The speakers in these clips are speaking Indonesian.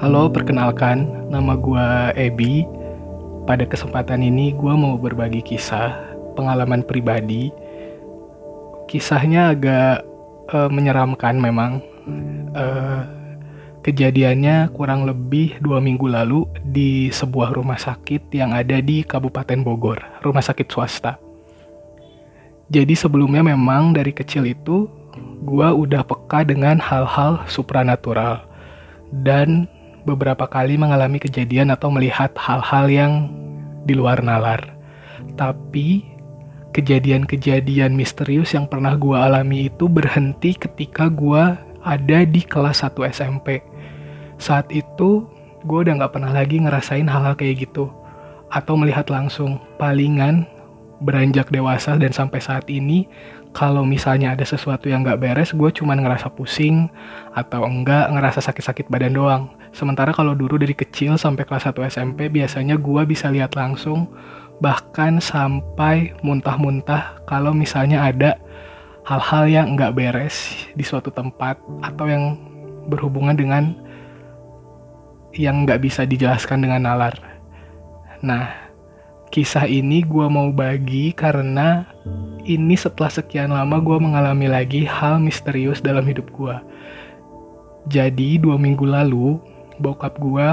Halo, perkenalkan, nama gue Ebi. Pada kesempatan ini gue mau berbagi kisah, pengalaman pribadi. Kisahnya agak menyeramkan memang. Eh, Kejadiannya kurang lebih 2 minggu lalu di sebuah rumah sakit yang ada di Kabupaten Bogor, rumah sakit swasta. Jadi sebelumnya memang dari kecil itu gue udah peka dengan hal-hal supranatural. Dan beberapa kali mengalami kejadian atau melihat hal-hal yang di luar nalar. Tapi kejadian-kejadian misterius yang pernah gue alami itu berhenti ketika gue ada di kelas 1 SMP. Saat itu gue udah gak pernah lagi ngerasain hal-hal kayak gitu atau melihat langsung. Palingan beranjak dewasa dan sampai saat ini, kalau misalnya ada sesuatu yang gak beres, gue cuma ngerasa pusing atau enggak ngerasa sakit-sakit badan doang. Sementara kalau dulu dari kecil sampai kelas 1 SMP, biasanya gue bisa lihat langsung, bahkan sampai muntah-muntah kalau misalnya ada hal-hal yang gak beres di suatu tempat atau yang berhubungan dengan yang gak bisa dijelaskan dengan nalar. Nah, kisah ini gue mau bagi karena ini setelah sekian lama gue mengalami lagi hal misterius dalam hidup gue. Jadi 2 minggu lalu bokap gue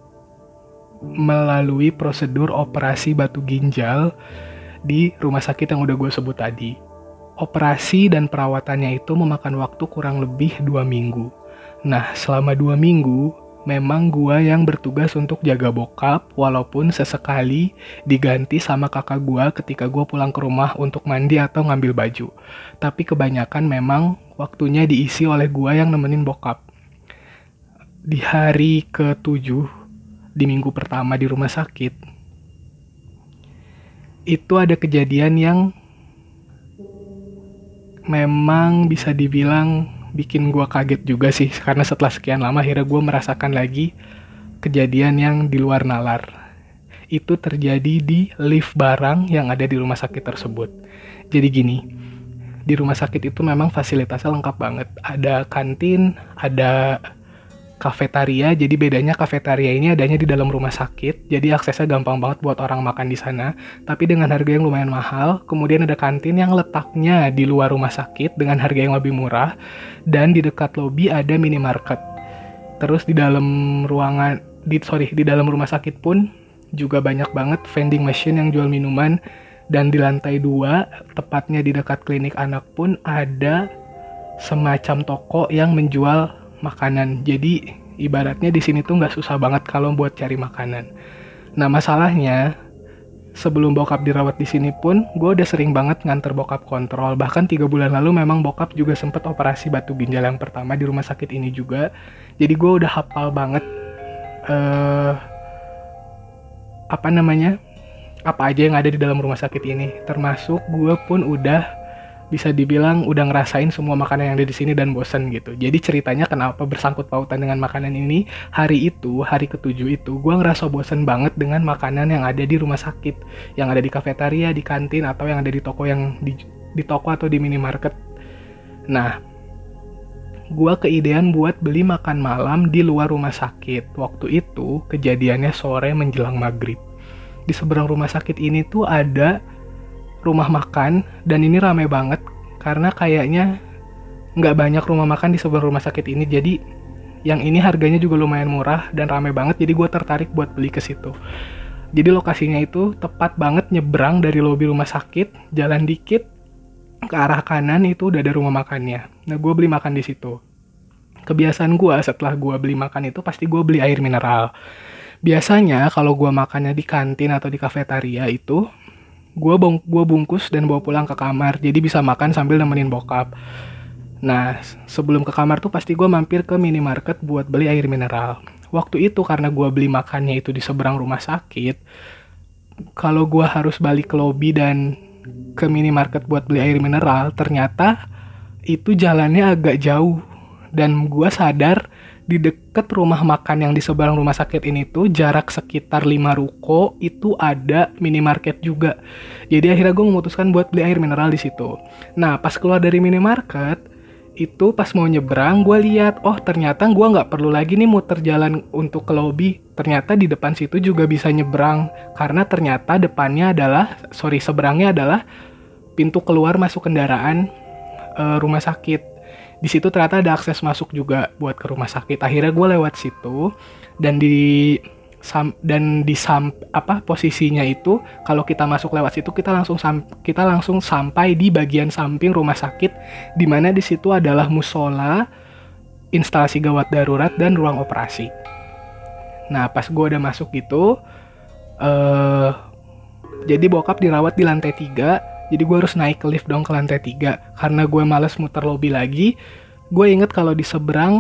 melalui prosedur operasi batu ginjal di rumah sakit yang udah gue sebut tadi. Operasi dan perawatannya itu memakan waktu kurang lebih 2 minggu. Nah, selama 2 minggu memang gue yang bertugas untuk jaga bokap, walaupun sesekali diganti sama kakak gue ketika gue pulang ke rumah untuk mandi atau ngambil baju. Tapi kebanyakan memang waktunya diisi oleh gue yang nemenin bokap. Di hari ke-7, di minggu pertama di rumah sakit, itu ada kejadian yang memang bisa dibilang bikin gue kaget juga sih, karena setelah sekian lama akhirnya gue merasakan lagi kejadian yang di luar nalar. Itu terjadi di lift barang yang ada di rumah sakit tersebut. Jadi gini, di rumah sakit itu memang fasilitasnya lengkap banget. Ada kantin, ada kafetaria. Jadi bedanya kafetaria ini adanya di dalam rumah sakit, jadi aksesnya gampang banget buat orang makan di sana, tapi dengan harga yang lumayan mahal. Kemudian ada kantin yang letaknya di luar rumah sakit dengan harga yang lebih murah, dan di dekat lobi ada minimarket. Terus di dalam di dalam rumah sakit pun juga banyak banget vending machine yang jual minuman, dan di lantai 2, tepatnya di dekat klinik anak pun ada semacam toko yang menjual makanan. Jadi ibaratnya di sini tuh nggak susah banget kalau buat cari makanan. Nah, masalahnya sebelum bokap dirawat di sini pun gue udah sering banget nganter bokap kontrol. Bahkan 3 bulan lalu memang bokap juga sempet operasi batu ginjal yang pertama di rumah sakit ini juga. Jadi gue udah hafal banget apa aja yang ada di dalam rumah sakit ini. Termasuk gue pun udah bisa dibilang udah ngerasain semua makanan yang ada di sini dan bosen gitu. Jadi ceritanya kenapa bersangkut pautan dengan makanan ini, hari ke-7 itu, gue ngerasa bosen banget dengan makanan yang ada di rumah sakit, yang ada di kafetaria, di kantin, atau yang ada di toko di toko atau di minimarket. Nah, gue keidean buat beli makan malam di luar rumah sakit. Waktu itu kejadiannya sore menjelang maghrib. Di seberang rumah sakit ini tuh ada rumah makan, dan ini rame banget karena kayaknya nggak banyak rumah makan di seberang rumah sakit ini. Jadi yang ini harganya juga lumayan murah dan rame banget, jadi gue tertarik buat beli ke situ. Jadi lokasinya itu tepat banget nyebrang dari lobi rumah sakit, jalan dikit ke arah kanan itu udah ada rumah makannya. Nah, gue beli makan di situ. Kebiasaan gue setelah gue beli makan itu pasti gue beli air mineral. Biasanya kalau gue makannya di kantin atau di kafetaria itu gue bungkus dan bawa pulang ke kamar, jadi bisa makan sambil nemenin bokap. Nah, sebelum ke kamar tuh pasti gue mampir ke minimarket buat beli air mineral. Waktu itu karena gue beli makannya itu di seberang rumah sakit, kalau gue harus balik ke lobi dan ke minimarket buat beli air mineral, ternyata itu jalannya agak jauh. Dan gue sadar di deket rumah makan yang di seberang rumah sakit ini tuh jarak sekitar 5 ruko itu ada minimarket juga. Jadi akhirnya gue memutuskan buat beli air mineral di situ. Nah, pas keluar dari minimarket itu pas mau nyebrang gue lihat, oh ternyata gue nggak perlu lagi nih muter jalan untuk ke lobby. Ternyata di depan situ juga bisa nyebrang, karena ternyata seberangnya adalah pintu keluar masuk kendaraan rumah sakit. Di situ ternyata ada akses masuk juga buat ke rumah sakit. Akhirnya gue lewat situ, dan posisinya itu kalau kita masuk lewat situ kita langsung sampai di bagian samping rumah sakit, di mana di situ adalah musola, instalasi gawat darurat, dan ruang operasi. Nah pas gue udah masuk gitu, jadi bokap dirawat di lantai 3. Jadi gue harus naik ke lift dong ke lantai 3. Karena gue males muter lobby lagi, gue inget kalau di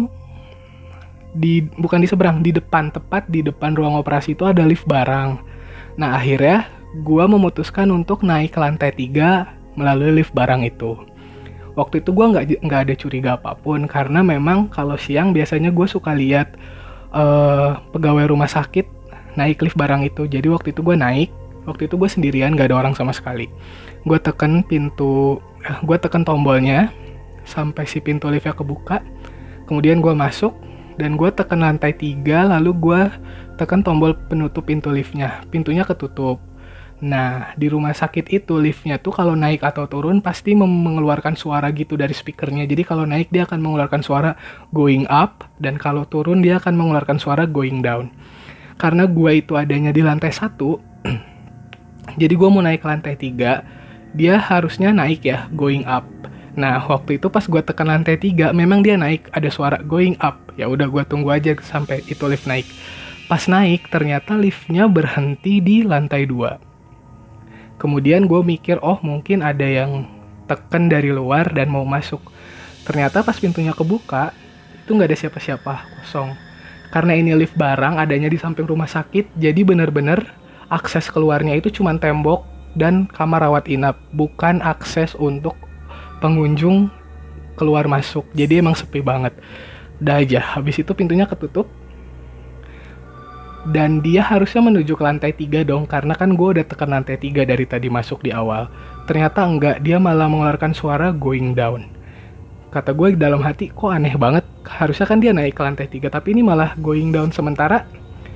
depan, tepat di depan ruang operasi itu ada lift barang. Nah akhirnya gue memutuskan untuk naik ke lantai 3 melalui lift barang itu. Waktu itu gue nggak ada curiga apapun, karena memang kalau siang biasanya gue suka lihat pegawai rumah sakit naik lift barang itu. Jadi waktu itu gue naik. Waktu itu gue sendirian, gak ada orang sama sekali. Gue tekan tombolnya sampai si pintu liftnya kebuka. Kemudian gue masuk dan gue tekan lantai 3, lalu gue tekan tombol penutup pintu liftnya. Pintunya ketutup. Nah, di rumah sakit itu liftnya tuh kalau naik atau turun pasti mengeluarkan suara gitu dari speakernya. Jadi kalau naik dia akan mengeluarkan suara going up, dan kalau turun dia akan mengeluarkan suara going down. Karena gue itu adanya di lantai 1, jadi gue mau naik ke lantai 3, dia harusnya naik ya, going up. Nah, waktu itu pas gue tekan lantai 3, memang dia naik, ada suara going up. Ya udah gue tunggu aja sampai itu lift naik. Pas naik, ternyata liftnya berhenti di lantai 2. Kemudian gue mikir, oh mungkin ada yang tekan dari luar dan mau masuk. Ternyata pas pintunya kebuka, itu nggak ada siapa-siapa, kosong. Karena ini lift barang, adanya di samping rumah sakit, jadi bener-bener akses keluarnya itu cuma tembok dan kamar rawat inap, bukan akses untuk pengunjung keluar masuk. Jadi emang sepi banget. Udah aja, habis itu pintunya ketutup, dan dia harusnya menuju ke lantai 3 dong, karena kan gue udah tekan lantai 3 dari tadi masuk di awal. Ternyata enggak, dia malah mengeluarkan suara going down. Kata gue dalam hati, kok aneh banget, harusnya kan dia naik ke lantai 3, tapi ini malah going down. Sementara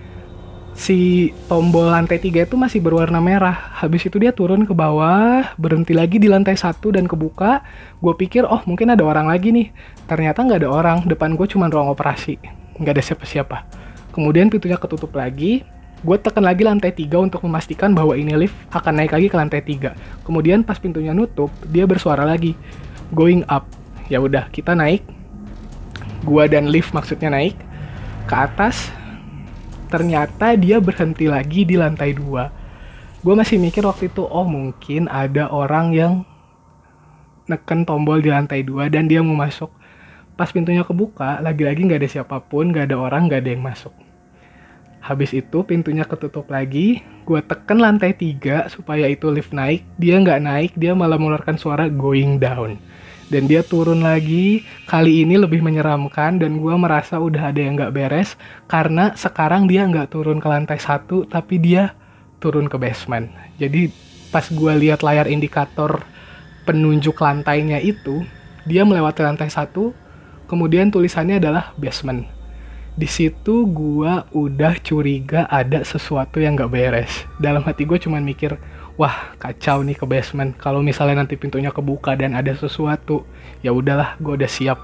si tombol lantai 3 itu masih berwarna merah. Habis itu dia turun ke bawah, berhenti lagi di lantai 1 dan kebuka. Gue pikir, oh mungkin ada orang lagi nih. Ternyata nggak ada orang, depan gue cuma ruang operasi. Nggak ada siapa-siapa. Kemudian pintunya ketutup lagi. Gue tekan lagi lantai 3 untuk memastikan bahwa ini lift akan naik lagi ke lantai 3. Kemudian pas pintunya nutup, dia bersuara lagi, going up. Ya udah, kita naik. Gue dan lift maksudnya naik ke atas. Ternyata dia berhenti lagi di lantai 2. Gue masih mikir waktu itu, oh mungkin ada orang yang neken tombol di lantai 2 dan dia mau masuk. Pas pintunya kebuka, lagi-lagi gak ada siapapun, gak ada orang, gak ada yang masuk. Habis itu pintunya ketutup lagi, gue tekan lantai 3 supaya itu lift naik. Dia gak naik, dia malah mengeluarkan suara going down. Dan dia turun lagi, kali ini lebih menyeramkan, dan gue merasa udah ada yang gak beres, karena sekarang dia gak turun ke lantai 1, tapi dia turun ke basement. Jadi pas gue lihat layar indikator penunjuk lantainya itu, dia melewati lantai 1, kemudian tulisannya adalah basement. Di situ gue udah curiga ada sesuatu yang gak beres. Dalam hati gue cuman mikir, wah kacau nih ke basement. Kalau misalnya nanti pintunya kebuka dan ada sesuatu, ya udahlah, gue udah siap.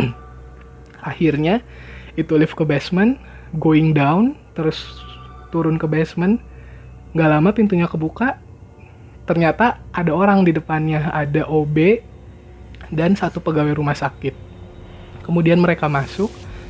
Akhirnya itu lift ke basement, going down, terus turun ke basement. Gak lama pintunya kebuka, ternyata ada orang di depannya, ada OB dan satu pegawai rumah sakit. Kemudian mereka masuk.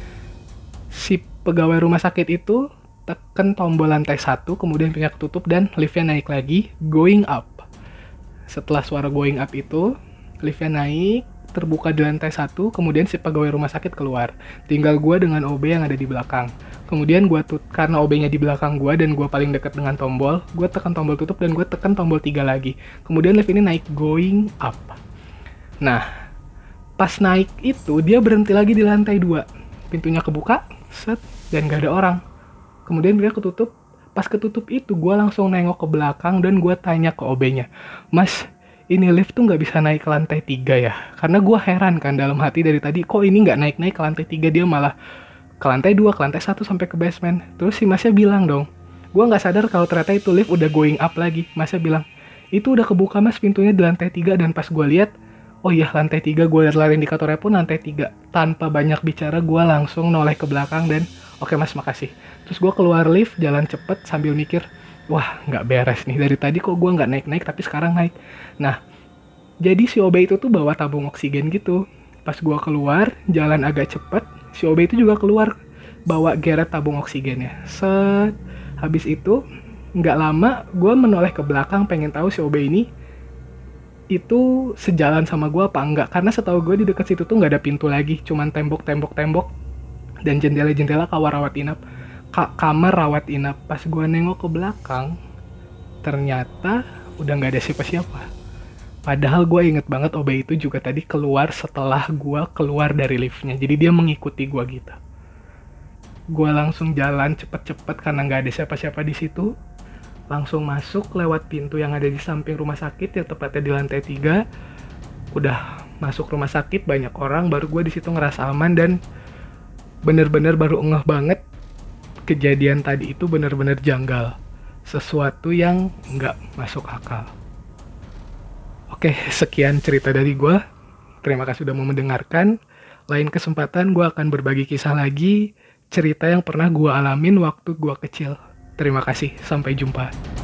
Si pegawai rumah sakit itu tekan tombol lantai 1, kemudian pintunya ketutup dan liftnya naik lagi, going up. Setelah suara going up itu, liftnya naik, terbuka di lantai 1, kemudian si pegawai rumah sakit keluar. Tinggal gue dengan OB yang ada di belakang. Kemudian karena OB-nya di belakang gue dan gue paling dekat dengan tombol, gue tekan tombol tutup dan gue tekan tombol 3 lagi. Kemudian lift ini naik going up. Nah, pas naik itu dia berhenti lagi di lantai 2. Pintunya kebuka, set, dan gak ada orang. Kemudian dia ketutup. Pas ketutup itu gue langsung nengok ke belakang dan gue tanya ke OB-nya, Mas, ini lift tuh nggak bisa naik ke lantai 3 ya. Karena gue heran kan dalam hati dari tadi, kok ini nggak naik-naik ke lantai 3, dia malah ke lantai 2, ke lantai 1 sampai ke basement. Terus si masnya bilang dong, gue nggak sadar kalau ternyata itu lift udah going up lagi. Masnya bilang, itu udah kebuka mas pintunya di lantai 3, dan pas gue lihat, oh iya lantai 3, gue lihat indikatornya pun lantai 3. Tanpa banyak bicara, gue langsung noleh ke belakang dan, oke mas makasih. Terus gue keluar lift, jalan cepet sambil mikir, wah nggak beres nih, dari tadi kok gue nggak naik-naik tapi sekarang naik. Nah, jadi si OB itu tuh bawa tabung oksigen gitu. Pas gue keluar, jalan agak cepet, si OB itu juga keluar bawa geret tabung oksigennya. Set, habis itu nggak lama gue menoleh ke belakang pengen tahu si OB ini itu sejalan sama gue apa enggak, karena setahu gue di dekat situ tuh nggak ada pintu lagi, cuman tembok dan jendela-jendela kamar rawat inap. Pas gue nengok ke belakang, ternyata udah nggak ada siapa-siapa. Padahal gue inget banget OB itu juga tadi keluar setelah gue keluar dari liftnya, jadi dia mengikuti gue gitu. Gue langsung jalan cepet-cepet karena nggak ada siapa-siapa di situ, langsung masuk lewat pintu yang ada di samping rumah sakit ya, tepatnya di lantai 3. Udah masuk rumah sakit banyak orang, baru gue di situ ngerasa aman dan bener-bener baru ngeh banget kejadian tadi itu bener-bener janggal, sesuatu yang nggak masuk akal. Oke, sekian cerita dari gue. Terima kasih sudah mau mendengarkan. Lain kesempatan gue akan berbagi kisah lagi, cerita yang pernah gue alamin waktu gue kecil. Terima kasih, sampai jumpa.